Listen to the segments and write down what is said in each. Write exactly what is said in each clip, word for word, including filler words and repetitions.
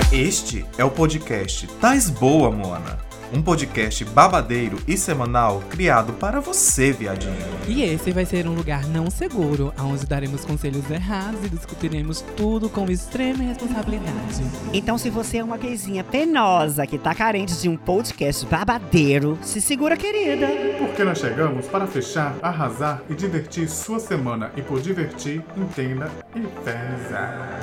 Este é o podcast Tais Boa, Mona. Um podcast babadeiro e semanal criado para você, viadinho. E esse vai ser um lugar não seguro, onde daremos conselhos errados e discutiremos tudo com extrema responsabilidade. Então, se você é uma gayzinha penosa que tá carente de um podcast babadeiro, se segura, querida. Porque nós chegamos para fechar, arrasar e divertir sua semana. E por divertir, entenda e pesa.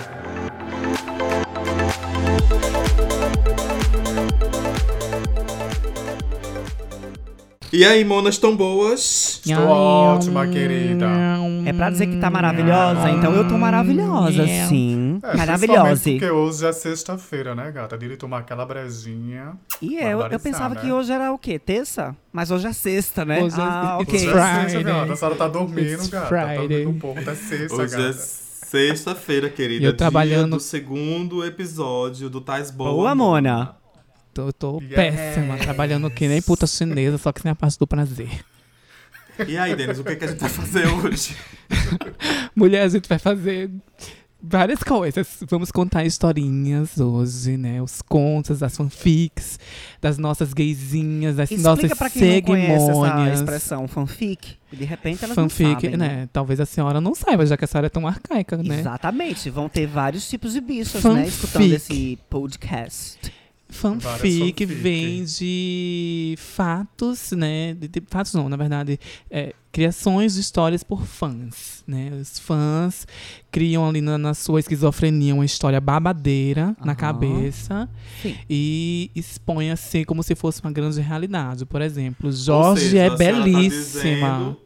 E aí, monas tão boas? Estou ótima, querida. É pra dizer que tá maravilhosa, então eu tô maravilhosa, sim. É, Maravilhosa. principalmente porque hoje é sexta-feira, né, gata? Dia de tomar aquela brejinha. E eu, eu barbarizar, pensava né? que hoje era o quê? Terça? Mas hoje é sexta, né? Hoje é- ah, it's ok. Hoje é Friday. sexta, gata. A senhora tá dormindo, It's gata. Tá Friday. dormindo um pouco, até sexta, Hoje é gata. sexta-feira, querida. E eu trabalhando- Dia do segundo episódio do Tais Boa, Boa, Mona. Tô, tô Yes. péssima, trabalhando que nem puta chinesa, só que sem a parte do prazer. E aí, Denis, o que, que a gente vai fazer hoje? Mulher, a gente vai fazer várias coisas. Vamos contar historinhas hoje, né? Os contos, as fanfics, das nossas gaysinhas, das Explica nossas pra quem não conhece essa cerimônias. expressão, fanfic. De repente elas Fanfic, não sabem. né? Talvez a senhora não saiba, já que a senhora é tão arcaica, né? Exatamente. Vão ter vários tipos de bichos, Fanfic. né? Escutando esse podcast. Fanfic fanfic. vem de fatos, né? De, de- fatos não, na verdade, é, criações de histórias por fãs, né? Os fãs criam ali na, na sua esquizofrenia uma história babadeira na Aham. cabeça Sim. e expõe assim como se fosse uma grande realidade. Por exemplo, Jorge seja, é a senhora tá belíssima. dizendo-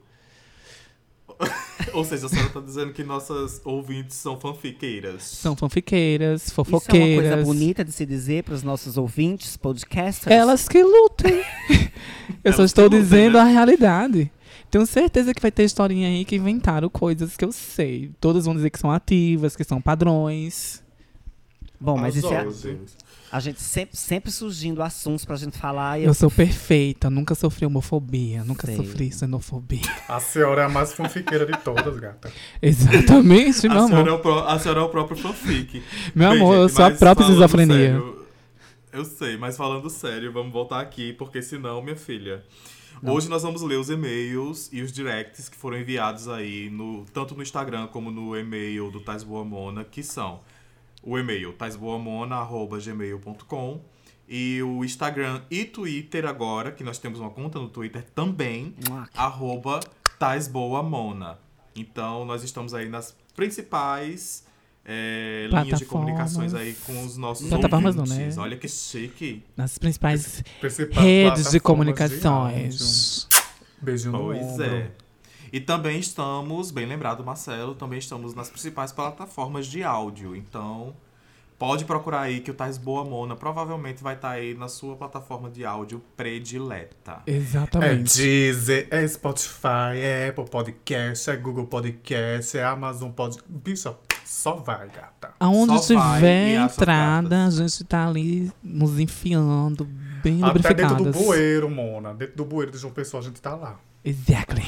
Ou seja, a senhora tá dizendo que nossas ouvintes são fanfiqueiras. São fanfiqueiras, Isso é uma fofoqueiras. coisa bonita de se dizer para os nossos ouvintes, podcasters. Elas que lutem. Eu só Elas estou que lutem, dizendo né? a realidade. Tenho certeza que vai ter historinha aí que inventaram coisas que eu sei. Todas vão dizer que são ativas, que são padrões. Bom, mas isso é, Arrasou. a gente sempre, sempre surgindo assuntos pra gente falar. E Eu sou perfeita, nunca sofri homofobia, nunca Sei. sofri xenofobia. A senhora é a mais fanfiqueira de todas, gata. Exatamente, meu A senhora, é amor. o pró- a senhora é o próprio fanfic. Meu Bem, amor, eu gente, sou a mas própria falando esquizofrenia. sério, eu sei, mas falando sério, vamos voltar aqui, porque senão, minha filha... Hoje nós vamos ler os e-mails e os directs que foram enviados aí, no, tanto no Instagram como no e-mail do Tais Boa Mona, que são o e-mail taisboamona arroba gmail ponto com e o Instagram e Twitter agora, que nós temos uma conta no Twitter também, Mua. arroba taisboamona. Então, nós estamos aí nas principais é, linhas de Plataformas. comunicações aí com os nossos Plataformas não, ouvintes. né? Olha que chique. Nas principais Principais redes de plataformas comunicações. de áudio. Beijo no Pois ombro. é. E também estamos, bem lembrado, Marcelo, também estamos nas principais plataformas de áudio. Então, pode procurar aí que o Tais Boa Mona provavelmente vai estar aí na sua plataforma de áudio predileta. É Exatamente. Deezer, é Spotify, é Apple Podcast, é Google Podcast, é Amazon Podcast. Bicho, só vai, gata. Aonde Só vai tiver e acha as entrada, a gatas. gente tá ali nos enfiando, bem Até dentro lubrificadas. do bueiro, Mona. Dentro do bueiro de João Pessoa, a gente tá lá. Exactly.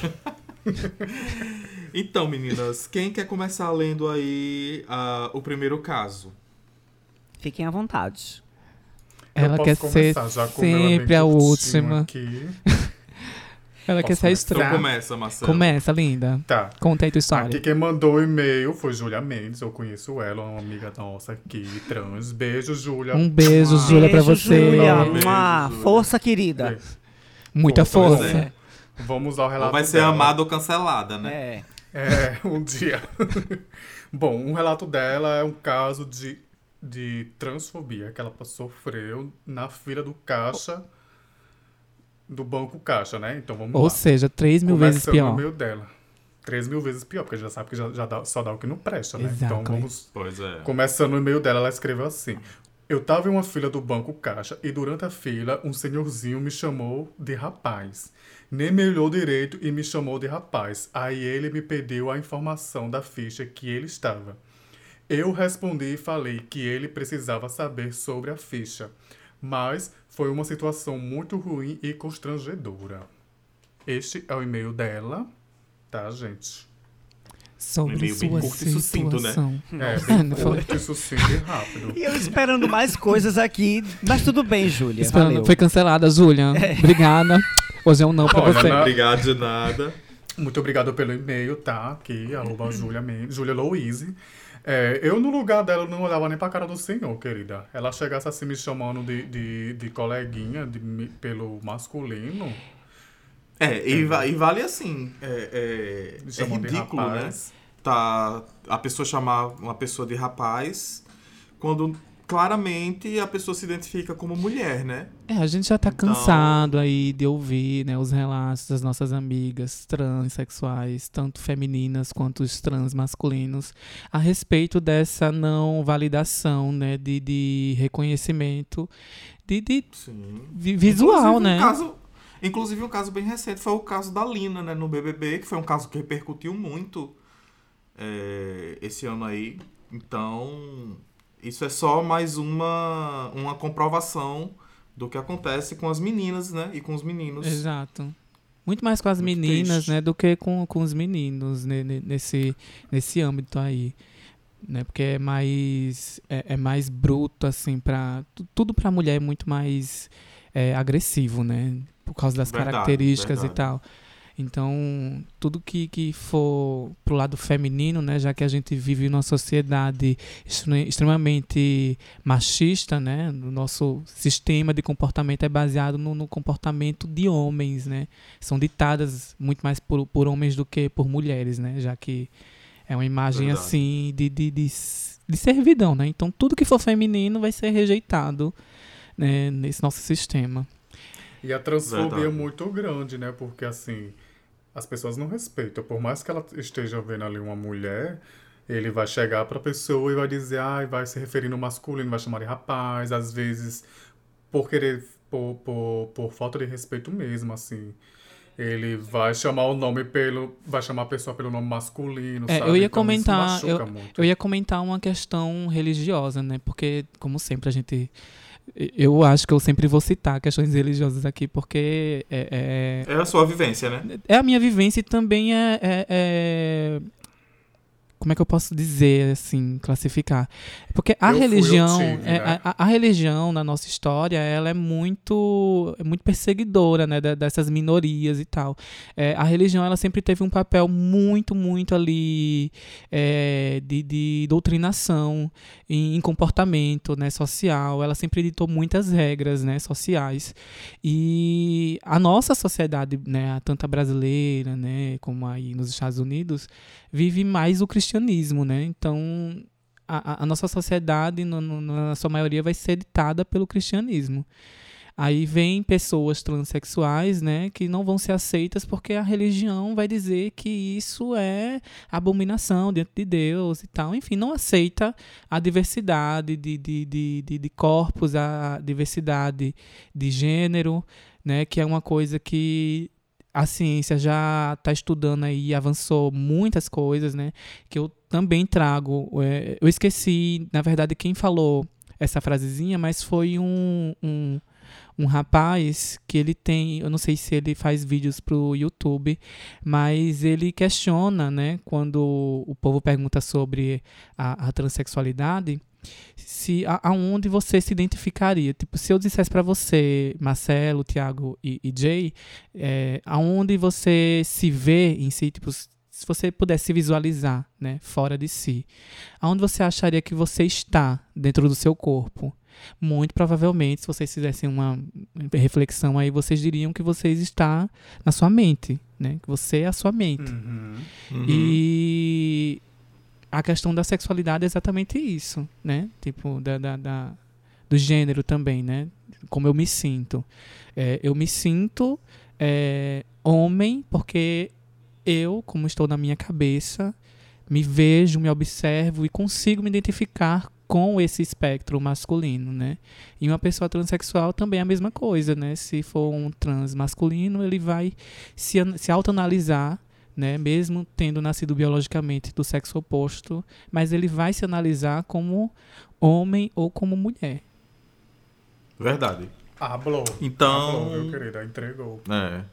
Então, meninas, quem quer começar lendo aí ah, o primeiro caso? Fiquem à vontade. Eu Ela posso quer ser começar, já como ela é bem sempre a curtinho última. aqui. Ela quer Posso ser a começar? Então estrela. começa, Marcelo. Começa, linda. Tá. Conta aí tua Aqui história. quem mandou o e-mail foi Júlia Mendes. Eu conheço ela, uma amiga nossa aqui, trans. Beijo, Júlia. Um beijo, Ah, Júlia, pra Beijo, você. Júlia. Beijo, Mua. Júlia. Força, querida. beijo. Muita Pois força. é. Vamos ao Ou relato vai ser dela. amada ou cancelada, né? É. É, um dia. Bom, um relato dela é um caso de, de transfobia que ela sofreu na fila do caixa, do banco caixa, né? Então vamos Ou lá. seja, três mil vezes Começando pior. no meio dela. Três mil vezes pior, porque já sabe que já, já dá- só dá o que não presta, né? Então Exactly. vamos... Pois é. Começando no e-mail dela, ela escreveu assim: eu tava em uma fila do banco caixa e durante a fila um senhorzinho me chamou de rapaz. Nem me olhou direito e me chamou de rapaz. Aí ele me pediu a informação da ficha que ele estava. Eu respondi e falei que ele precisava saber sobre a ficha. Mas foi uma situação muito ruim e constrangedora. Este é o e-mail dela, tá, gente? Sobre e-mail bem sua curto e sucinto, né? situação. É, É, bem não foi- curto e sucinto e rápido. E eu esperando mais coisas aqui, mas tudo bem, Júlia. Esperando- Valeu. Foi cancelada, Júlia. Obrigada. Hoje é um não pra Olha, você. na- Obrigado de nada. Muito obrigado pelo e-mail, tá? Aqui, arroba Julia, Men- Julia Louise. É, eu, no lugar dela, não olhava nem pra cara do senhor, querida. Ela chegasse assim me chamando de, de, de coleguinha de, me- pelo masculino. É, e, va- e vale assim, é, é, Me é chamando de ridículo, né? rapaz. Tá, a pessoa chamar uma pessoa de rapaz quando claramente a pessoa se identifica como mulher, né? É, a gente já tá Então- cansado aí de ouvir, né, os relatos das nossas amigas transexuais, tanto femininas quanto os trans masculinos, a respeito dessa não validação, né, de, de reconhecimento, de, de Sim. vi- visual, Inclusive, né? Um caso, inclusive um caso bem recente foi o caso da Lina, né, no B B B, que foi um caso que repercutiu muito é, esse ano aí. Então, isso é só mais uma, uma comprovação do que acontece com as meninas, né, e com os meninos. Exato. Muito mais com as Muito meninas, triste. né, do que com, com os meninos, né, ne- nesse, nesse âmbito aí. Né, porque é mais, é, é mais bruto, assim, pra, tu- tudo pra mulher é muito mais é, agressivo, né? Por causa das Verdade, características verdade. e tal. Então, tudo que, que for pro lado feminino, né, já que a gente vive numa sociedade extre- extremamente machista, né, o nosso sistema de comportamento é baseado no, no comportamento de homens, né, são ditadas muito mais por, por homens do que por mulheres, né, já que é uma imagem Verdade. assim de, de, de, s- de servidão, né, então tudo que for feminino vai ser rejeitado, né, nesse nosso sistema. E a transfobia é Verdade. muito grande, né? Porque, assim, as pessoas não respeitam. Por mais que ela esteja vendo ali uma mulher, ele vai chegar pra pessoa e vai dizer, ah, vai se referir no masculino, vai chamar de rapaz, às vezes, por querer, por, por, por falta de respeito mesmo, assim. Ele vai chamar o nome pelo. Vai chamar a pessoa pelo nome masculino, É, sabe? eu ia Então, comentar, isso machuca muito. Eu ia comentar uma questão religiosa, né? Porque, como sempre, a gente. Eu acho que eu sempre vou citar questões religiosas aqui, porque é, É a sua vivência, né? é, é a minha vivência e também é, é- é- Como é que eu posso dizer, assim, classificar? Porque a Eu fui, eu religião, tive, é, né? a, a religião na nossa história, ela é muito, é muito perseguidora, né, da- dessas minorias e tal. É, a religião, ela sempre teve um papel muito, muito ali é, de, de doutrinação em, em comportamento, né, social. Ela sempre ditou muitas regras, né, sociais. E a nossa sociedade, né, tanto a brasileira, né, como aí nos Estados Unidos, vive mais o cristianismo, né? Então, a, a- a nossa sociedade, no- no- na sua maioria, vai ser ditada pelo cristianismo. Aí vem pessoas transexuais, né, que não vão ser aceitas porque a religião vai dizer que isso é abominação diante de Deus e tal. Enfim, não aceita a diversidade de, de, de, de, de corpos, a diversidade de gênero, né, que é uma coisa que a ciência já está estudando aí e avançou muitas coisas, né, que eu também trago. É, eu esqueci, na verdade, quem falou essa frasezinha, mas foi um... um um rapaz que ele tem, eu não sei se ele faz vídeos pro YouTube, mas ele questiona, né, quando o povo pergunta sobre a, a transexualidade, se a, aonde você se identificaria. Tipo, se eu dissesse pra você, Marcelo, Thiago e, e Jay, é, aonde você se vê em si, tipo, se você pudesse se visualizar, né, fora de si, aonde você acharia que você está dentro do seu corpo? Muito provavelmente, se vocês fizessem uma reflexão aí, vocês diriam que vocês está na sua mente, né? Que você é a sua mente. Uhum. Uhum. E a questão da sexualidade é exatamente isso, né? Tipo, da, da, da- do gênero também, né? Como eu me sinto. É, eu me sinto é, homem porque eu, como estou na minha cabeça, me vejo, me observo e consigo me identificar com esse espectro masculino, né? E uma pessoa transexual também é a mesma coisa, né? Se for um trans masculino, ele vai se, an- se autoanalisar, né? Mesmo tendo nascido biologicamente do sexo oposto, mas ele vai se analisar como homem ou como mulher. Verdade. Hablou. Então- Hablou, viu, querida? Entregou. É.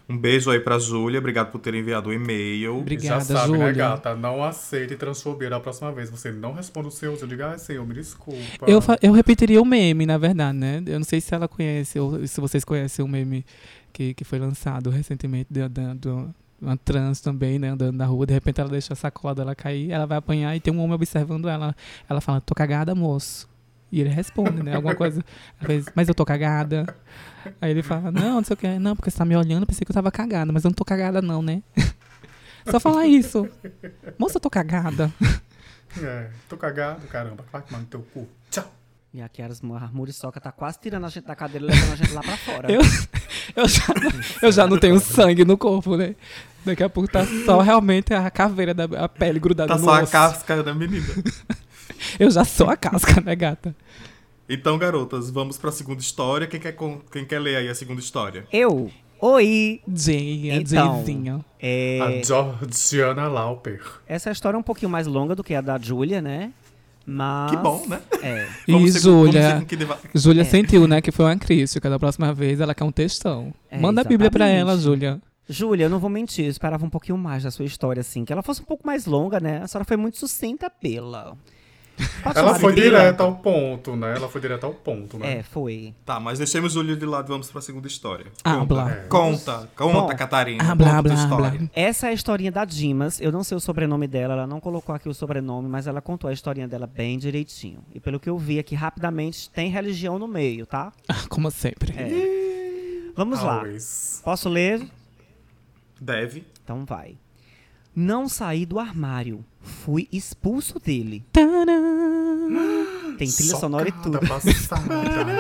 Um beijo aí pra Júlia, obrigado por ter enviado o e-mail. Obrigada, Já sabe, Júlia. né, gata? Não aceite transfobia da próxima vez. Você não responde o seu, eu digo, ai, senhor, me desculpa. Eu, fa- eu repetiria o meme, na verdade, né? Eu não sei se ela conhece, ou se vocês conhecem o meme que, que foi lançado recentemente de, de, de uma trans também, né? Andando na rua, de repente ela deixa a sacola dela cair, ela vai apanhar e tem um homem observando ela. Ela fala, tô cagada, moço. E ele responde, né? Alguma coisa. Às vezes, mas eu tô cagada. Aí ele fala, não, não sei o que. Não, porque você tá me olhando, eu pensei que eu tava cagada, mas eu não tô cagada não, né? Só falar isso. Moça, eu tô cagada. É, tô cagado, caramba. Vai tomar no teu cu. Tchau. E aqui as a Muriçoca tá quase tirando a gente da cadeira e levando a gente lá pra fora. Eu, eu, já, não- eu já não tenho sangue no corpo, né? Daqui a pouco tá só realmente a caveira da a pele grudada Tá no só a osso. casca da menina. Eu já sou a casca, né, gata? Então, garotas, vamos pra segunda história. Quem quer, con- quem quer ler aí a segunda história? Eu? Oi! Jay, a Então, Jayzinha. é, A Georgiana Lauper. essa história é um pouquinho mais longa do que a da Júlia, né? Mas... Que bom, né? É. E Vamos ser- vamos Júlia, ser com que deva- Júlia É. sentiu, né, que foi uma crítica. Da próxima vez ela quer um textão. É, Manda a Bíblia pra exatamente. ela, Júlia. Júlia, eu não vou mentir, eu esperava um pouquinho mais da sua história, assim. Que ela fosse um pouco mais longa, né? A senhora foi muito sucinta, pela. Pode Ela chamar de foi Bila? direta ao ponto, né? Ela foi direta ao ponto, né? É, foi. Tá, mas deixemos Júlia de lado e vamos pra segunda história. Ah, Conta, blá. É. conta, conta, Bom. Catarina. Ah, conta blá, tua blá, história. blá. Essa é a historinha da Dimas. Eu não sei o sobrenome dela, ela não colocou aqui o sobrenome, mas ela contou a historinha dela bem direitinho. E pelo que eu vi aqui rapidamente, tem religião no meio, tá? Ah, como sempre. É. Vamos lá. Always. Posso ler? Deve. Então vai. Não saí do armário. Fui expulso dele. Tadã! Tem trilha sonora e tudo. Socada passada.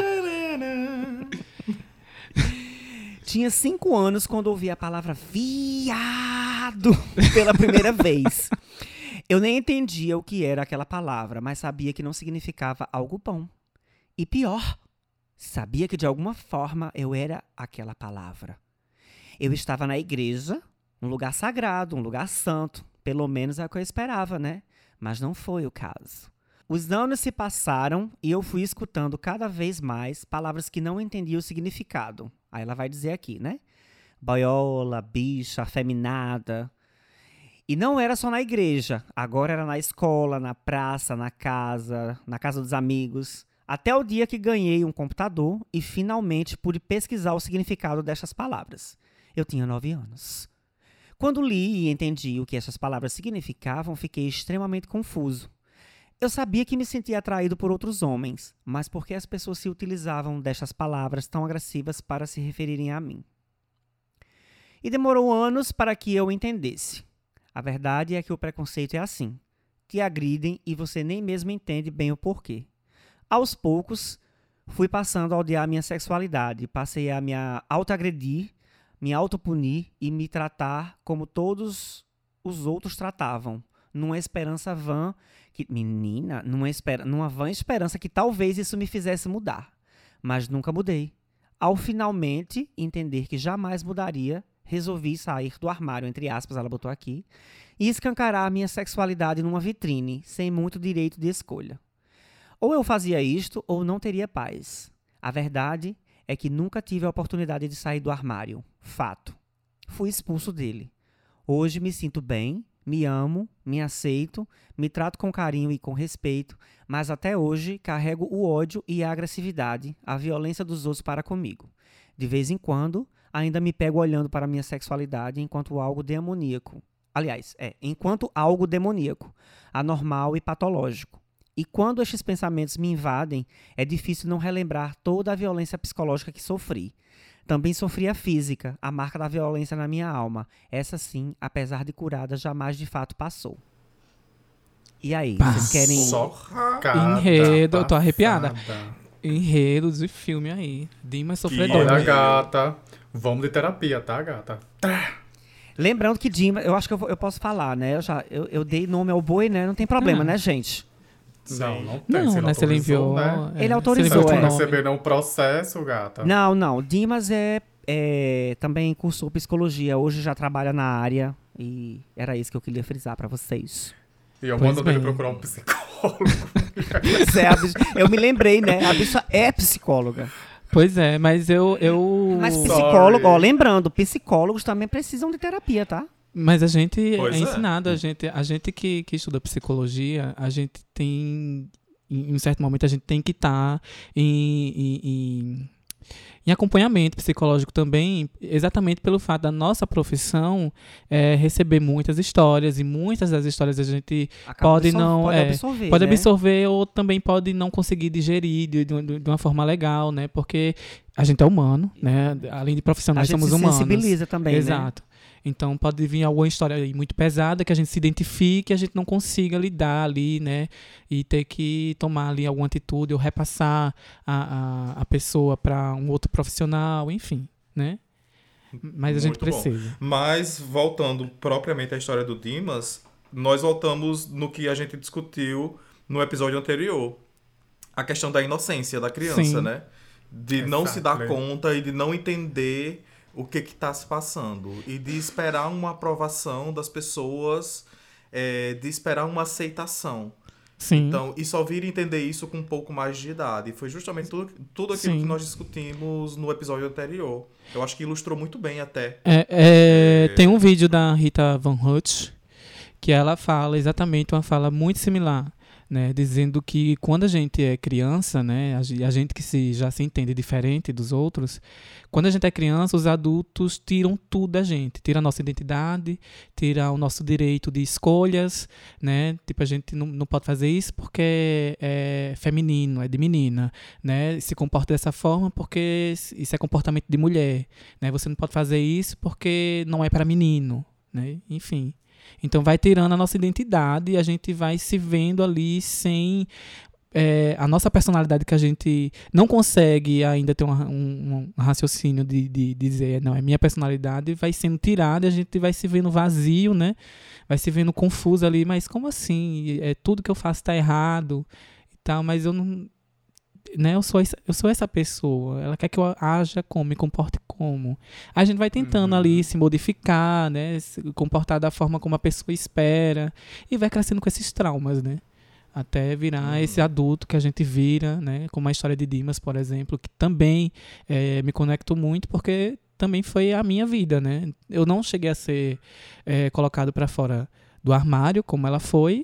Tinha cinco anos quando ouvi a palavra viado pela primeira vez. Eu nem entendia o que era aquela palavra, mas sabia que não significava algo bom. E pior, sabia que de alguma forma eu era aquela palavra. Eu estava na igreja, um lugar sagrado, um lugar santo. Pelo menos é o que eu esperava, né? Mas não foi o caso. Os anos se passaram e eu fui escutando cada vez mais palavras que não entendia o significado. Aí ela vai dizer aqui, né? Boiola, bicha, afeminada. E não era só na igreja. Agora era na escola, na praça, na casa, na casa dos amigos. Até o dia que ganhei um computador e finalmente pude pesquisar o significado destas palavras. Eu tinha nove anos. Quando li e entendi o que essas palavras significavam, fiquei extremamente confuso. Eu sabia que me sentia atraído por outros homens, mas por que as pessoas se utilizavam destas palavras tão agressivas para se referirem a mim? E demorou anos para que eu entendesse. A verdade é que o preconceito é assim. Te agridem e você nem mesmo entende bem o porquê. Aos poucos, fui passando a odiar minha sexualidade, passei a me autoagredir, me autopunir e me tratar como todos os outros tratavam, numa esperança vã, que, menina, numa, esper, numa vã esperança que talvez isso me fizesse mudar. Mas nunca mudei. Ao finalmente entender que jamais mudaria, resolvi sair do armário, entre aspas, ela botou aqui, e escancarar a minha sexualidade numa vitrine, sem muito direito de escolha. Ou eu fazia isto, ou não teria paz. A verdade é que nunca tive a oportunidade de sair do armário. Fato. Fui expulso dele. Hoje me sinto bem, me amo, me aceito, me trato com carinho e com respeito, mas até hoje carrego o ódio e a agressividade, a violência dos outros para comigo. De vez em quando, ainda me pego olhando para a minha sexualidade enquanto algo demoníaco. Aliás, é, enquanto algo demoníaco, anormal e patológico. E quando estes pensamentos me invadem, é difícil não relembrar toda a violência psicológica que sofri. Também sofri a física, a marca da violência na minha alma. Essa sim, apesar de curada, jamais de fato passou. E aí, vocês querem... Socada Enredo, eu tô arrepiada. passada. Enredo de filme aí. Dimas Olha, sofredora. Olha, gata. Vamos de terapia, tá, gata? Lembrando que Dimas, eu acho que eu, vou- eu posso falar, né? Eu, já, eu, eu dei nome ao boi, né? Não tem problema, Ah. né, gente? Não, não tem. Não, se né? Se ele enviou. né? é, Ele se autorizou, enviou Você com é. não nome. receber não processo, gata? Não, não. Dimas é, é também cursou psicologia. Hoje já trabalha na área. E era isso que eu queria frisar pra vocês. E eu Pois mando ele bem. procurar um psicólogo. Pois é, a bicha- eu me lembrei, né? A bicha é psicóloga. Pois é, mas eu... eu... Mas Uh. psicólogo, ó, Sorry. lembrando, psicólogos também precisam de terapia, tá? Mas a gente Pois é é. ensinado, a gente, a gente que, que estuda psicologia, a gente tem, em um certo momento, a gente tem que estar em, em, em, em acompanhamento psicológico também, exatamente pelo fato da nossa profissão é, receber muitas histórias, e muitas das histórias a gente Acaba pode absor- não... pode é, absorver, pode né? absorver ou também pode não conseguir digerir de, de, de uma forma legal, né? Porque a gente é humano, né? Além de A profissionais, gente somos se humanos. sensibiliza também, né? Exato. Então pode vir alguma história aí muito pesada que a gente se identifique e a gente não consiga lidar ali, né? E ter que tomar ali alguma atitude ou repassar a, a, a pessoa para um outro profissional, enfim, né? Mas a gente Muito bom. precisa. Mas, voltando propriamente à história do Dimas, nós voltamos no que a gente discutiu no episódio anterior. A questão da inocência da criança, Sim. né? De não se dar Exactly. conta e de não entender o que está se passando. E de esperar uma aprovação das pessoas, é, de esperar uma aceitação. Sim. Então, e só vir entender isso com um pouco mais de idade. Foi justamente tudo, tudo aquilo Sim. que nós discutimos no episódio anterior. Eu acho que ilustrou muito bem até. É, é, tem um vídeo da Rita Von Hutt que ela fala exatamente uma fala muito similar, né, dizendo que quando a gente é criança, né, a ge- a gente que se, já se entende diferente dos outros, quando a gente é criança, os adultos tiram tudo da gente, tiram a nossa identidade, tiram o nosso direito de escolhas, né, tipo, a gente não, não pode fazer isso porque é feminino, é de menina, né, se comporta dessa forma porque isso é comportamento de mulher, né, você não pode fazer isso porque não é para menino, né, enfim. Então vai tirando a nossa identidade e a gente vai se vendo ali sem é, a nossa personalidade, que a gente não consegue ainda ter um, um, um raciocínio de, de, de dizer, não, é minha personalidade, vai sendo tirada e a gente vai se vendo vazio, né? Vai se vendo confuso ali, mas como assim? É, tudo que eu faço está errado e tal, mas eu não... Né, eu, sou essa, eu sou essa pessoa, ela quer que eu haja como, me comporte como. A gente vai tentando Uhum. ali se modificar, né, se comportar da forma como a pessoa espera e vai crescendo com esses traumas, né, até virar Uhum. esse adulto que a gente vira, né, como a história de Dimas, por exemplo, que também eh, me conecto muito porque também foi a minha vida, né. Eu não cheguei a ser eh, colocado para fora do armário como ela foi,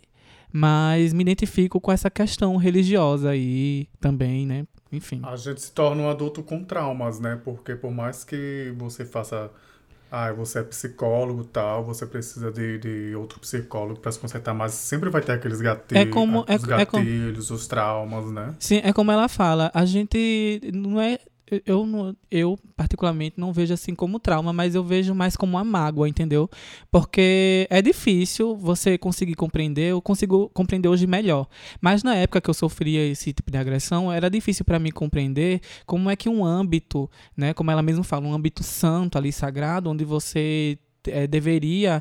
mas me identifico com essa questão religiosa aí também, né? Enfim. A gente se torna um adulto com traumas, né? Porque por mais que você faça... Ah, você é psicólogo e tal, você precisa de, de outro psicólogo para se consertar, mas sempre vai ter aqueles gatilhos, É como- é- os é como- gatilhos, os traumas, né? Sim, é como ela fala, a gente não é... Eu, não- eu, particularmente, não vejo assim como trauma, mas eu vejo mais como uma mágoa, entendeu? Porque é difícil você conseguir compreender, eu consigo compreender hoje melhor. Mas na época que eu sofria esse tipo de agressão, era difícil para mim compreender como é que um âmbito, né, como ela mesma fala, um âmbito santo ali, sagrado, onde você eh, deveria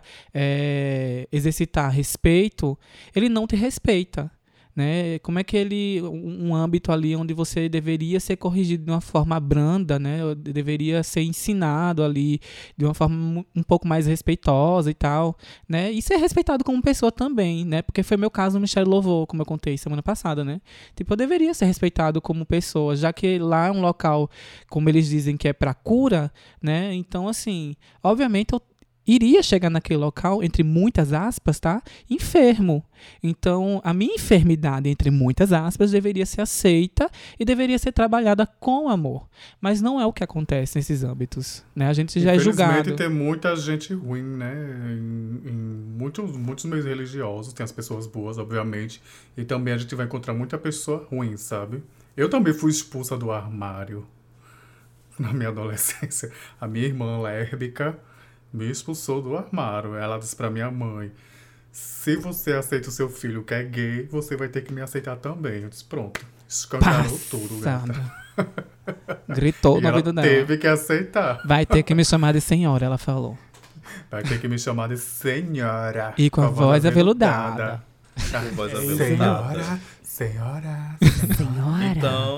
eh, exercitar respeito, ele não te respeita. Né? Como é que ele, um, um âmbito ali onde você deveria ser corrigido de uma forma branda, né? Ou deveria ser ensinado ali de uma forma mu- um pouco mais respeitosa e tal, né? E ser respeitado como pessoa também, né? Porque foi meu caso no Ministério do Louvor, como eu contei semana passada, né? Tipo, eu deveria ser respeitado como pessoa, já que lá é um local, como eles dizem, que é para cura, né? Então, assim, obviamente eu iria chegar naquele local, entre muitas aspas, tá? Enfermo. Então, a minha enfermidade, entre muitas aspas, deveria ser aceita e deveria ser trabalhada com amor. Mas não é o que acontece nesses âmbitos, né? A gente já é julgado. Infelizmente tem muita gente ruim, né? Em, em muitos, muitos meios religiosos, tem as pessoas boas, obviamente, e também a gente vai encontrar muita pessoa ruim, sabe? Eu também fui expulsa do armário na minha adolescência. A minha irmã lésbica me expulsou do armário. Ela disse pra minha mãe: se você aceita o seu filho que é gay, você vai ter que me aceitar também. Eu disse: pronto, escancarou tudo, gata. Passada. Gritou E no ela ouvido dela. teve que aceitar. Vai ter que me chamar de senhora, ela falou. Vai ter que me chamar de senhora. E com a voz aveludada. Com voz Senhora, senhora. Senhora. Então,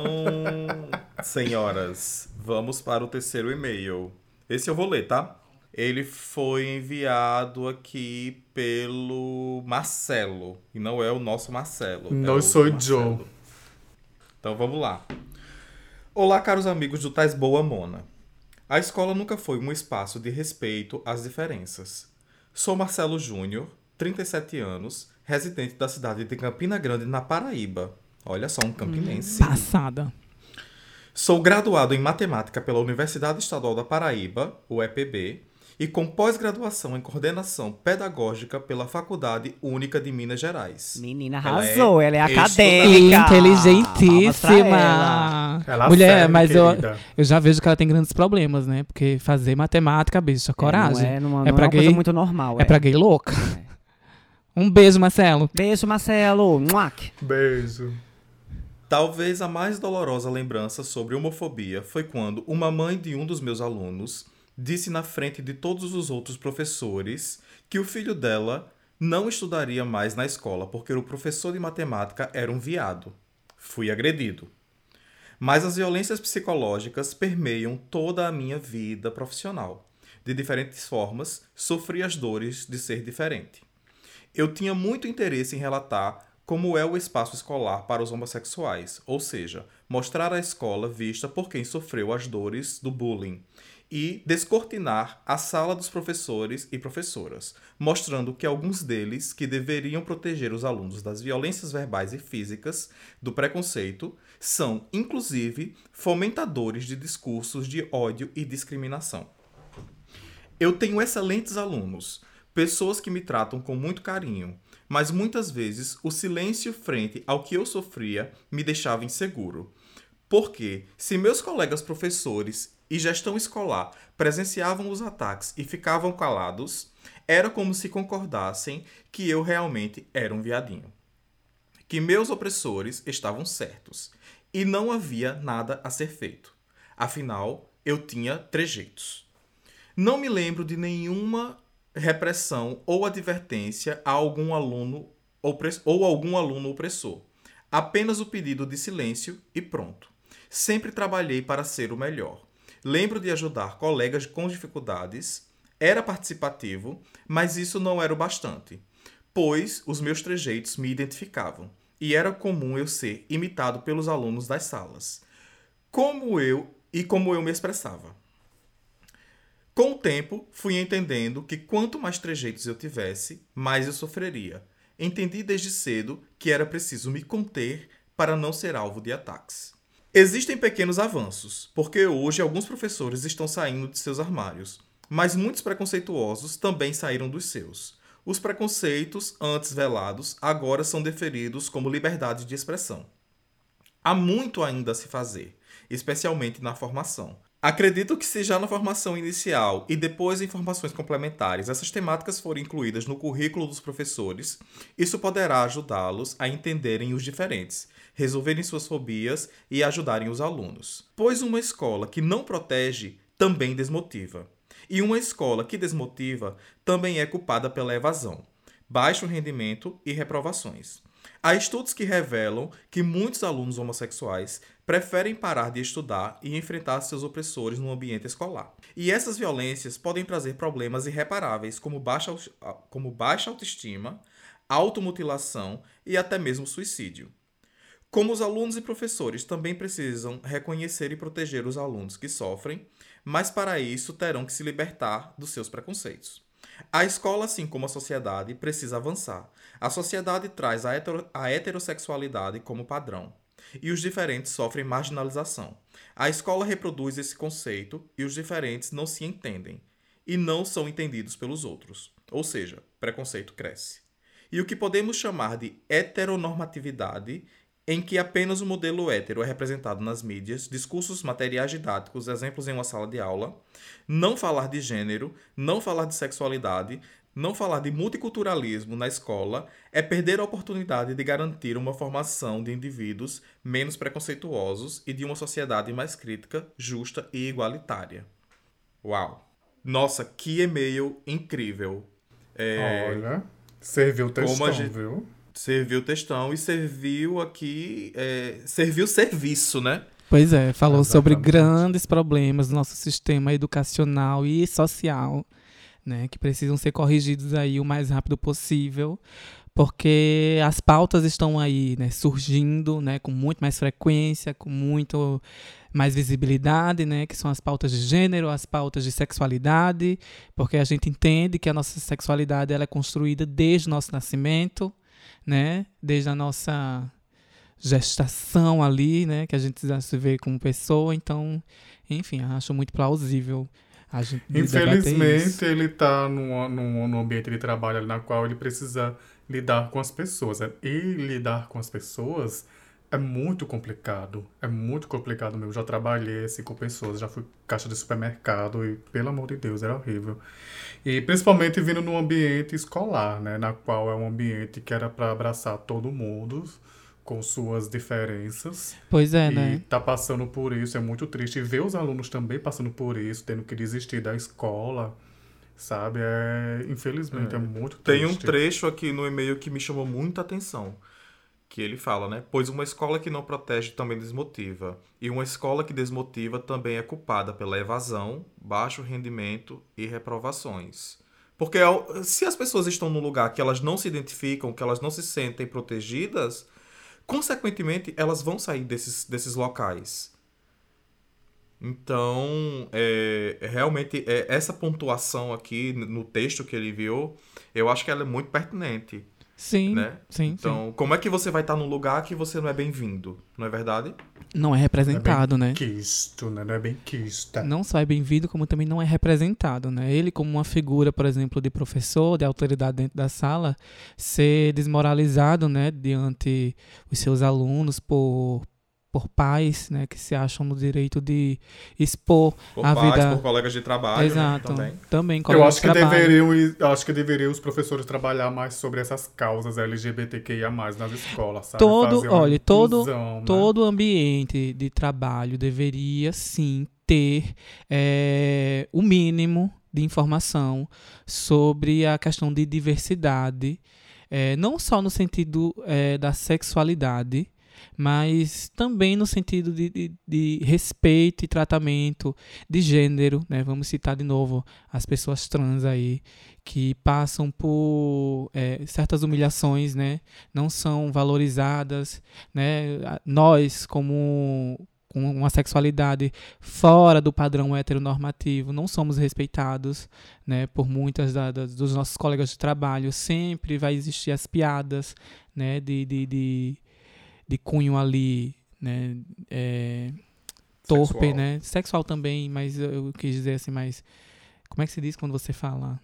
senhoras, vamos para o terceiro e-mail. Esse eu vou ler, tá? Ele foi enviado aqui pelo Marcelo. E não é o nosso Marcelo. Não é o sou Marcelo. Joe. Então vamos lá. Olá, caros amigos do Tais Boa Mona. A escola nunca foi um espaço de respeito às diferenças. Sou Marcelo Júnior, trinta e sete anos, residente da cidade de Campina Grande, na Paraíba. Olha só, um campinense. Passada. Sou graduado em Matemática pela Universidade Estadual da Paraíba, U E P B, e com pós-graduação em Coordenação Pedagógica pela Faculdade Única de Minas Gerais. Menina Ela é arrasou, ela é, estudante. acadêmica. Palmas pra Inteligentíssima. ela. Ela Mulher, serve, mas eu, querida. eu já vejo que ela tem grandes problemas, né? Porque fazer matemática, bicho, coragem. É, não é, não, É não pra é uma coisa gay? muito normal. É pra gay louca. É. Um beijo, Marcelo. Beijo, Marcelo. Muac. Beijo. Talvez a mais dolorosa lembrança sobre homofobia foi quando uma mãe de um dos meus alunos disse na frente de todos os outros professores que o filho dela não estudaria mais na escola porque o professor de matemática era um viado. Fui agredido. Mas as violências psicológicas permeiam toda a minha vida profissional. De diferentes formas, sofri as dores de ser diferente. Eu tinha muito interesse em relatar como é o espaço escolar para os homossexuais, ou seja, mostrar a escola vista por quem sofreu as dores do bullying e descortinar a sala dos professores e professoras, mostrando que alguns deles, que deveriam proteger os alunos das violências verbais e físicas, do preconceito, são, inclusive, fomentadores de discursos de ódio e discriminação. Eu tenho excelentes alunos, pessoas que me tratam com muito carinho, mas muitas vezes o silêncio frente ao que eu sofria me deixava inseguro. Porque, se meus colegas professores e gestão escolar presenciavam os ataques e ficavam calados, era como se concordassem que eu realmente era um viadinho. Que meus opressores estavam certos e não havia nada a ser feito. Afinal, eu tinha trejeitos. Não me lembro de nenhuma repressão ou advertência a algum aluno ou algum aluno opressor. Apenas o pedido de silêncio e pronto. Sempre trabalhei para ser o melhor. Lembro de ajudar colegas com dificuldades, era participativo, mas isso não era o bastante, pois os meus trejeitos me identificavam e era comum eu ser imitado pelos alunos das salas, como eu e como eu me expressava. Com o tempo, fui entendendo que quanto mais trejeitos eu tivesse, mais eu sofreria. Entendi desde cedo que era preciso me conter para não ser alvo de ataques. Existem pequenos avanços, porque hoje alguns professores estão saindo de seus armários, mas muitos preconceituosos também saíram dos seus. Os preconceitos, antes velados, agora são deferidos como liberdade de expressão. Há muito ainda a se fazer, especialmente na formação. Acredito que se já na formação inicial e depois em formações complementares essas temáticas forem incluídas no currículo dos professores, isso poderá ajudá-los a entenderem os diferentes, resolverem suas fobias e ajudarem os alunos. Pois uma escola que não protege também desmotiva. E uma escola que desmotiva também é culpada pela evasão, baixo rendimento e reprovações. Há estudos que revelam que muitos alunos homossexuais preferem parar de estudar e enfrentar seus opressores no ambiente escolar. E essas violências podem trazer problemas irreparáveis, como baixa, como baixa autoestima, automutilação e até mesmo suicídio. Como os alunos e professores também precisam reconhecer e proteger os alunos que sofrem, mas para isso terão que se libertar dos seus preconceitos. A escola, assim como a sociedade, precisa avançar. A sociedade traz a, hetero- a heterossexualidade como padrão, e os diferentes sofrem marginalização. A escola reproduz esse conceito e os diferentes não se entendem, e não são entendidos pelos outros. Ou seja, preconceito cresce. E o que podemos chamar de heteronormatividade, em que apenas o modelo hétero é representado nas mídias, discursos, materiais didáticos, exemplos em uma sala de aula, não falar de gênero, não falar de sexualidade, não falar de multiculturalismo na escola, é perder a oportunidade de garantir uma formação de indivíduos menos preconceituosos e de uma sociedade mais crítica, justa e igualitária. Uau! Nossa, que e-mail incrível! É... Olha, serviu o textão, Como a gente- viu? Serviu o textão e serviu aqui... É... Serviu serviço, né? Pois é, falou sobre Exatamente. grandes problemas do nosso sistema educacional e social, né, que precisam ser corrigidos aí o mais rápido possível, porque as pautas estão aí, né, surgindo, né, com muito mais frequência, com muito mais visibilidade, né? Que são as pautas de gênero, as pautas de sexualidade, porque a gente entende que a nossa sexualidade ela é construída desde o nosso nascimento, né? Desde a nossa gestação ali, né? Que a gente já se vê como pessoa. Então, enfim, acho muito plausível a gente debater isso. Infelizmente, ele está num, num, num ambiente de trabalho na qual ele precisa lidar com as pessoas. Né? E lidar com as pessoas é muito complicado. É muito complicado mesmo. Já trabalhei assim, com pessoas, já fui caixa de supermercado e, pelo amor de Deus, era horrível. E principalmente vindo num ambiente escolar, né? Na qual é um ambiente que era para abraçar todo mundo, com suas diferenças. Pois é, e né? E tá passando por isso, é muito triste. E ver os alunos também passando por isso, tendo que desistir da escola, sabe? É, infelizmente, é, é muito triste. Tem um trecho aqui no e-mail que me chamou muita atenção. Que ele fala, né? Pois uma escola que não protege também desmotiva. E uma escola que desmotiva também é culpada pela evasão, baixo rendimento e reprovações. Porque se as pessoas estão num lugar que elas não se identificam, que elas não se sentem protegidas, consequentemente, elas vão sair desses, desses locais. Então, é, realmente, é, essa pontuação aqui no texto que ele enviou, eu acho que ela é muito pertinente. Sim, Né? sim, Então, sim. como é que você vai estar num lugar que você não é bem-vindo? Não é verdade? Não é representado, não é né? bem quisto, né? Não é bem quista. Não só é bem-vindo, como também não é representado, né? Ele, como uma figura, por exemplo, de professor, de autoridade dentro da sala, ser desmoralizado, né, diante os seus alunos por, por pais, né, que se acham no direito de expor Por a pais, vida. por colegas de trabalho, Exato. né? Também. Também Eu colegas acho que de trabalho. deveriam, eu acho que deveriam os professores trabalhar mais sobre essas causas L G B T Q I A mais, nas escolas, sabe? Todo, Fazer uma olha, todo, inclusão, né? todo ambiente de trabalho deveria sim ter é, o mínimo de informação sobre a questão de diversidade, é, não só no sentido é, da sexualidade, mas também no sentido de, de, de respeito e tratamento de gênero, né? Vamos citar de novo as pessoas trans aí, que passam por é, certas humilhações, né? Não são valorizadas, né? Nós, como com uma sexualidade fora do padrão heteronormativo, não somos respeitados, né? Por muitas da, das, dos nossos colegas de trabalho. Sempre vai existir as piadas, né? de, de, de de cunho ali, né, é, torpe, Sexual. né, sexual também, mas eu, eu quis dizer assim, mas como é que se diz quando você fala?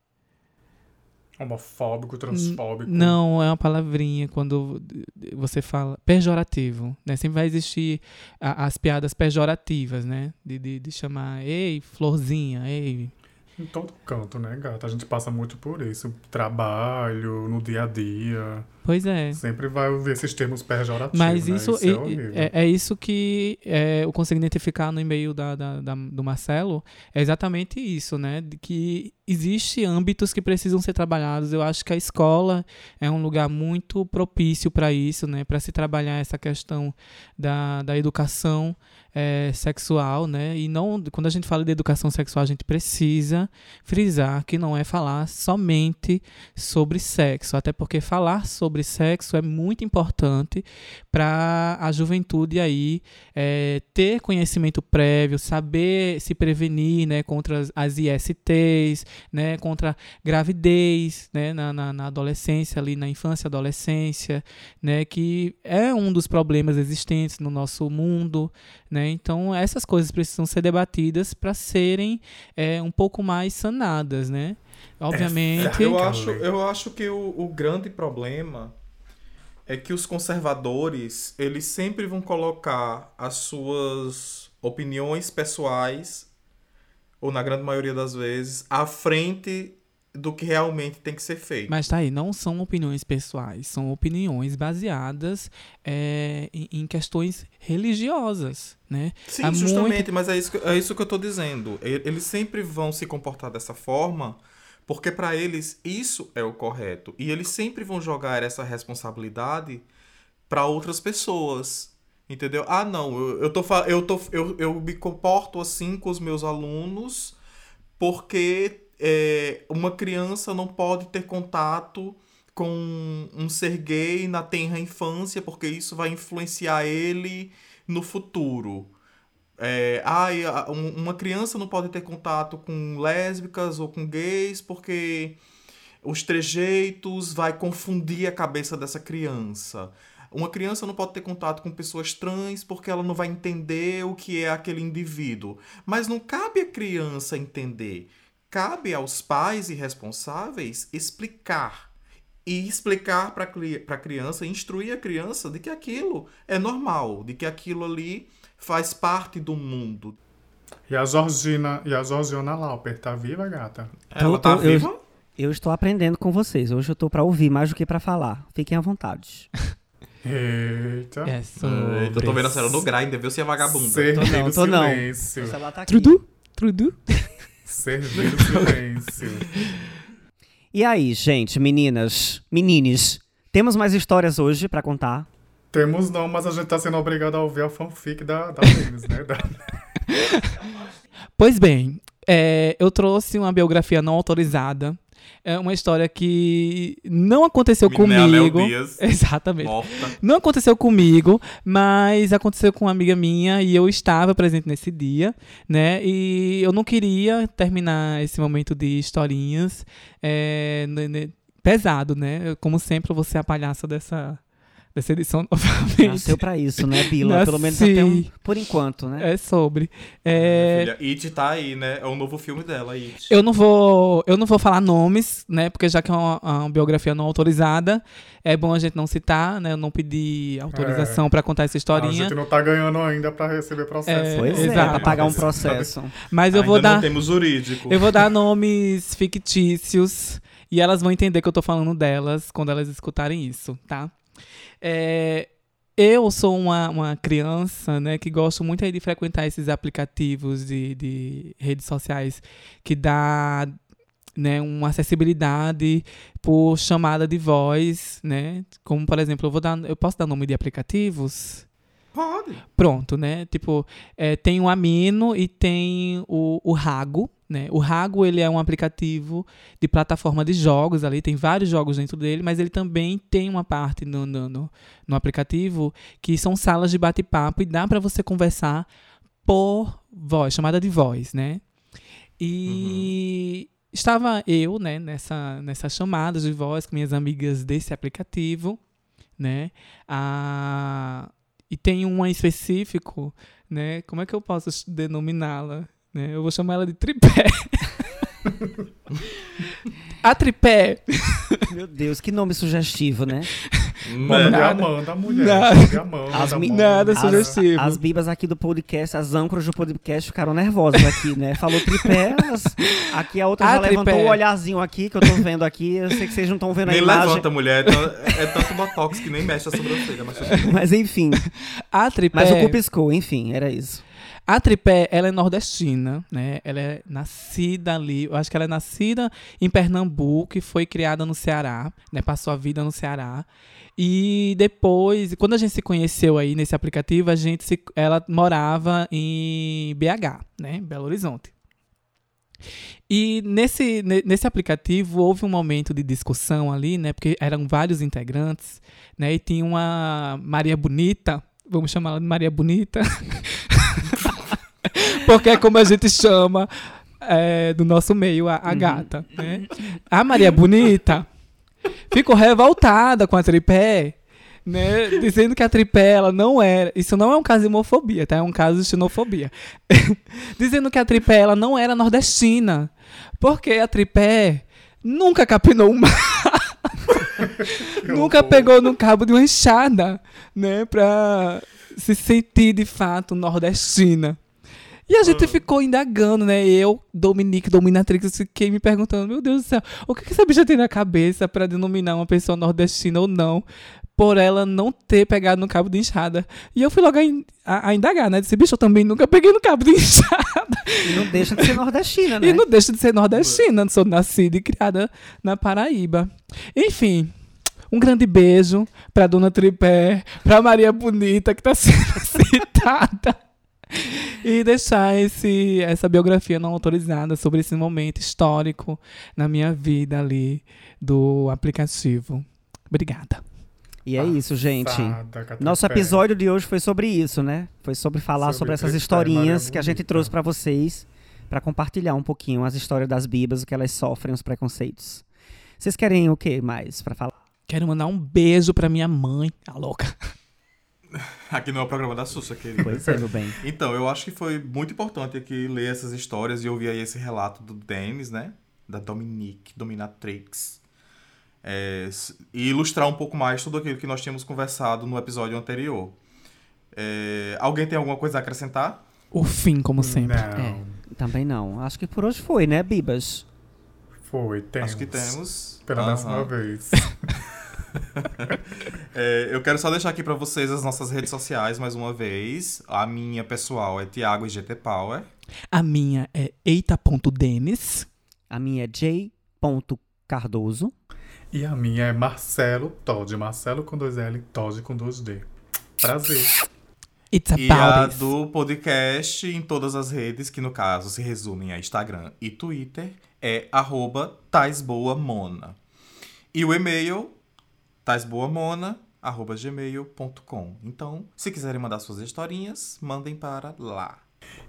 Homofóbico, transfóbico. Não, é uma palavrinha quando você fala pejorativo, né, sempre vai existir a, as piadas pejorativas, né, de, de, de chamar, ei, florzinha, ei... Em todo canto, né, gata? A gente passa muito por isso. Trabalho, no dia a dia. Pois é. Sempre vai ouvir esses termos pejorativos, Mas né? isso, isso é, horrível. é, é isso que é, eu consigo identificar no e-mail da, da, da, do Marcelo. É exatamente isso, né? De que existe âmbitos que precisam ser trabalhados. Eu acho que a escola é um lugar muito propício para isso, né? Para se trabalhar essa questão da, da educação é, sexual, né? E não, quando a gente fala de educação sexual, a gente precisa frisar que não é falar somente sobre sexo, até porque falar sobre sexo é muito importante para a juventude aí é, ter conhecimento prévio, saber se prevenir, né, contra as, as I S Ts, né, contra gravidez, né, na, na, na adolescência, ali, na infância e adolescência, né, que é um dos problemas existentes no nosso mundo, né, então essas coisas precisam ser debatidas para serem é, um pouco mais sanadas, né. Obviamente... É, eu, acho, eu acho que o, o grande problema é que os conservadores, eles sempre vão colocar as suas opiniões pessoais, ou na grande maioria das vezes, à frente do que realmente tem que ser feito. Mas tá aí, não são opiniões pessoais, são opiniões baseadas é, em, em questões religiosas, né? Sim, Há justamente, muito... mas é isso, que, é isso que eu tô dizendo. Eles sempre vão se comportar dessa forma porque para eles isso é o correto. E eles sempre vão jogar essa responsabilidade para outras pessoas. Entendeu? Ah, não, eu, eu, tô, eu, tô, eu, eu me comporto assim com os meus alunos porque é, uma criança não pode ter contato com um ser gay na tenra infância porque isso vai influenciar ele no futuro. É, ai, a- um- uma criança não pode ter contato com lésbicas ou com gays porque os trejeitos vai confundir a cabeça dessa criança. Uma criança não pode ter contato com pessoas trans porque ela não vai entender o que é aquele indivíduo. Mas não cabe a criança entender. Cabe aos pais e responsáveis explicar. E explicar para a criança, instruir a criança de que aquilo é normal, de que aquilo ali faz parte do mundo. E a Georgina, e a Georgiana Lauper, tá viva, gata? Ela Tô- tá tô- eu- viva? Eu estou aprendendo com vocês. Hoje eu tô pra ouvir mais do que pra falar. Fiquem à vontade. Eita. É sobre... Eita, eu tô vendo a senhora no Grindr, viu se é vagabunda. Servir Tô não, o tô não. silêncio. O celular tá aqui. Trudu? Trudu? Servir o silêncio. E aí, gente, meninas, menines, temos mais histórias hoje pra contar? Temos não, mas a gente tá sendo obrigado a ouvir a fanfic da, da Menes, né? Da- Pois bem, é, eu trouxe uma biografia não autorizada. É uma história que não aconteceu Minéa Léo comigo. Dias, Exatamente. morta. Não aconteceu comigo, mas aconteceu com uma amiga minha e eu estava presente nesse dia, né? E eu não queria terminar esse momento de historinhas é, ne- ne- pesado, né? Eu, como sempre, eu vou ser a palhaça dessa, dessa edição novamente. Nasceu pra isso, né, Bila? Pelo menos Nasci. até um, por enquanto, né? É sobre. É, Filha, It tá aí, né? É o novo filme dela, It. Eu não vou, eu não vou falar nomes, né? Porque já que é uma, uma biografia não autorizada, é bom a gente não citar, né? Eu não pedi autorização pra contar essa A historinha. gente não tá ganhando ainda pra receber processo. É, Pois é, exato. pra pagar um processo. Mas eu Ainda vou não dar, temos jurídico. eu vou dar nomes fictícios e elas vão entender que eu tô falando delas quando elas escutarem isso, tá? É, eu sou uma, uma criança, né, que gosto muito aí de frequentar esses aplicativos de, de redes sociais que dá, né, uma acessibilidade por chamada de voz, né? Como, por exemplo, eu vou dar, eu posso dar nome de aplicativos? Pode. Pronto, né? Tipo, é, tem o Amino e tem o, o Rago, né? O Rago, ele é um aplicativo de plataforma de jogos ali, tem vários jogos dentro dele, mas ele também tem uma parte no, no, no, no aplicativo que são salas de bate-papo e dá para você conversar por voz, chamada de voz, né? E estava eu, né, nessa, nessa chamada de voz com minhas amigas desse aplicativo, né? A... E tem uma em específico, né? Como é que eu posso denominá-la? Né? Eu vou chamar ela de Tripé. A Tripé. Meu Deus, que nome sugestivo, né? Manda Né? a Amanda, mulher. Nada. Manda a Amanda, As mi- Amanda. Nada As, sugestivo. as bibas aqui do podcast, as âncoras do podcast ficaram nervosas aqui, né? Falou tripé, elas- aqui a outra Ah, já levantou tripé. o olhazinho aqui, que eu tô vendo aqui. Eu sei que vocês não estão vendo a Nem imagem. levanta, mulher. É tan- É tanto botox que nem mexe a sobrancelha. Mas... Mas enfim, A Tripé. mas o cu piscou, enfim, era isso. A Tripé, ela é nordestina, né? Ela é nascida ali, eu acho que ela é nascida em Pernambuco e foi criada no Ceará, né? Passou a vida no Ceará. E depois, quando a gente se conheceu aí nesse aplicativo, a gente se, ela morava em B H, né? Em Belo Horizonte. E nesse, ne- nesse aplicativo houve um momento de discussão ali, né? Porque eram vários integrantes, né? E tinha uma Maria Bonita, vamos chamar ela de Maria Bonita. Porque é como a gente chama é, do nosso meio a, a gata, né? A Maria Bonita ficou revoltada com a Tripé, né? Dizendo que a Tripé, ela não era... Isso não é um caso de homofobia, tá? É um caso de xenofobia. Dizendo que a Tripé, ela não era nordestina. Porque a Tripé nunca capinou um nunca pegou no cabo de uma enxada, né? Pra se sentir, de fato, nordestina. E a gente ficou indagando, né? Eu, Dominique, Dominatrix, fiquei me perguntando, meu Deus do céu, o que que essa bicha tem na cabeça pra denominar uma pessoa nordestina ou não, por ela não ter pegado no cabo de enxada. E eu fui logo a, in- a- a indagar, né? Disse, bicho, eu também nunca peguei no cabo de enxada. E não deixa de ser nordestina, né? E não deixa de ser nordestina, sou nascida e criada na Paraíba. Enfim, um grande beijo pra Dona Tripé, pra Maria Bonita, que tá sendo citada. E deixar esse, essa biografia não autorizada sobre esse momento histórico na minha vida ali do aplicativo. Obrigada. E é isso, gente. Passada, Nosso Catepé. episódio de hoje foi sobre isso, né? Foi sobre falar Sobre sobre essas Catepé, historinhas Maria que a gente Bonita. trouxe pra vocês, pra compartilhar um pouquinho as histórias das bibas, o que elas sofrem, os preconceitos. Vocês querem o que mais pra falar? Quero mandar um beijo pra minha mãe, a louca. Aqui não é o programa da Xuxa, querida. Pois é, meu bem. Então, eu acho que foi muito importante aqui ler essas histórias e ouvir aí esse relato do Dennis, né? Da Dominique, Dominatrix. É, s- e ilustrar um pouco mais tudo aquilo que nós tínhamos conversado no episódio anterior. É, alguém tem alguma coisa a acrescentar? O fim, como sempre. Não, É, também não. Acho que por hoje foi, né, bibas? foi, temos. Acho que temos. Pela Aham. décima vez. É, eu quero só deixar aqui pra vocês as nossas redes sociais mais uma vez. A minha pessoal é Thiago I G T Power. A minha é eita.denis. A minha é j. Cardoso. E a minha é Marcelo Todd. Marcelo com dois L, Todd com dois D. Prazer. It's E a about it. do podcast em todas as redes, que no caso se resumem a Instagram e Twitter, é arroba taisboamona. E o e-mail, taisboamona, arroba gmail ponto com. Então, se quiserem mandar suas historinhas, mandem para lá.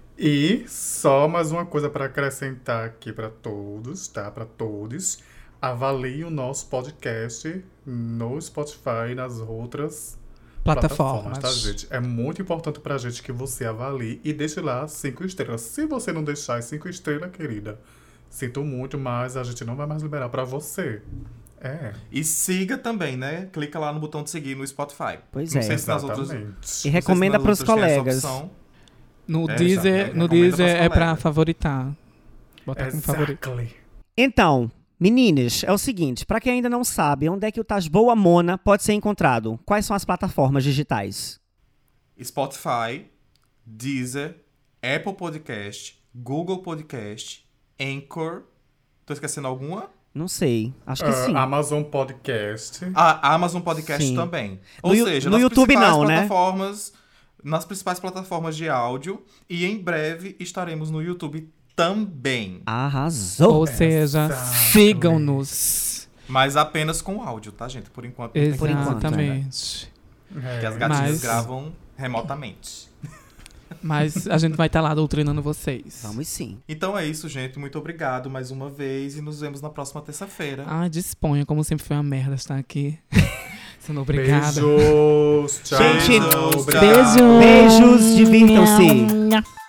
E só mais uma coisa para acrescentar aqui para todos, tá? Para todos. Avaliem o nosso podcast no Spotify e nas outras Plataformas. tá, gente? É muito importante pra gente que você avalie e deixe lá cinco estrelas. Se você não deixar as cinco estrelas, querida, sinto muito, mas a gente não vai mais liberar pra você. É, E siga também, né? Clica lá no botão de seguir no Spotify. Pois Não é. sei se nas outras, não exatamente. E sei se recomenda nas pros outras tem essa colegas. opção. No É, Deezer, já, no recomenda Deezer pras é pra colegas. favoritar. Botar como favorito. Exactly. Então, meninas, é o seguinte, pra quem ainda não sabe, onde é que o Tasboa Mona pode ser encontrado? Quais são as plataformas digitais? Spotify, Deezer, Apple Podcast, Google Podcast, Anchor. Tô esquecendo alguma? Não sei, acho que Ah, sim. Amazon Podcast. A Amazon Podcast Sim. também. No Ou Yu- seja, no nas YouTube principais não, né? plataformas, nas principais plataformas de áudio, e em breve estaremos no YouTube também, Arrasou! Ou seja, Exactly. sigam-nos. mas apenas com áudio, tá, gente? Por enquanto. não tem Por enquanto, Exatamente. Que as É. gatinhas Mas- gravam remotamente. Mas a gente vai estar lá doutrinando vocês. Vamos sim. Então é isso, gente. Muito obrigado mais uma vez e nos vemos na próxima terça-feira. Ah, disponha, como sempre foi uma merda estar aqui. Sendo obrigada. Beijos. Tchau. Gente, Beijos, Obrigado. Beijo. Beijos, divirtam-se.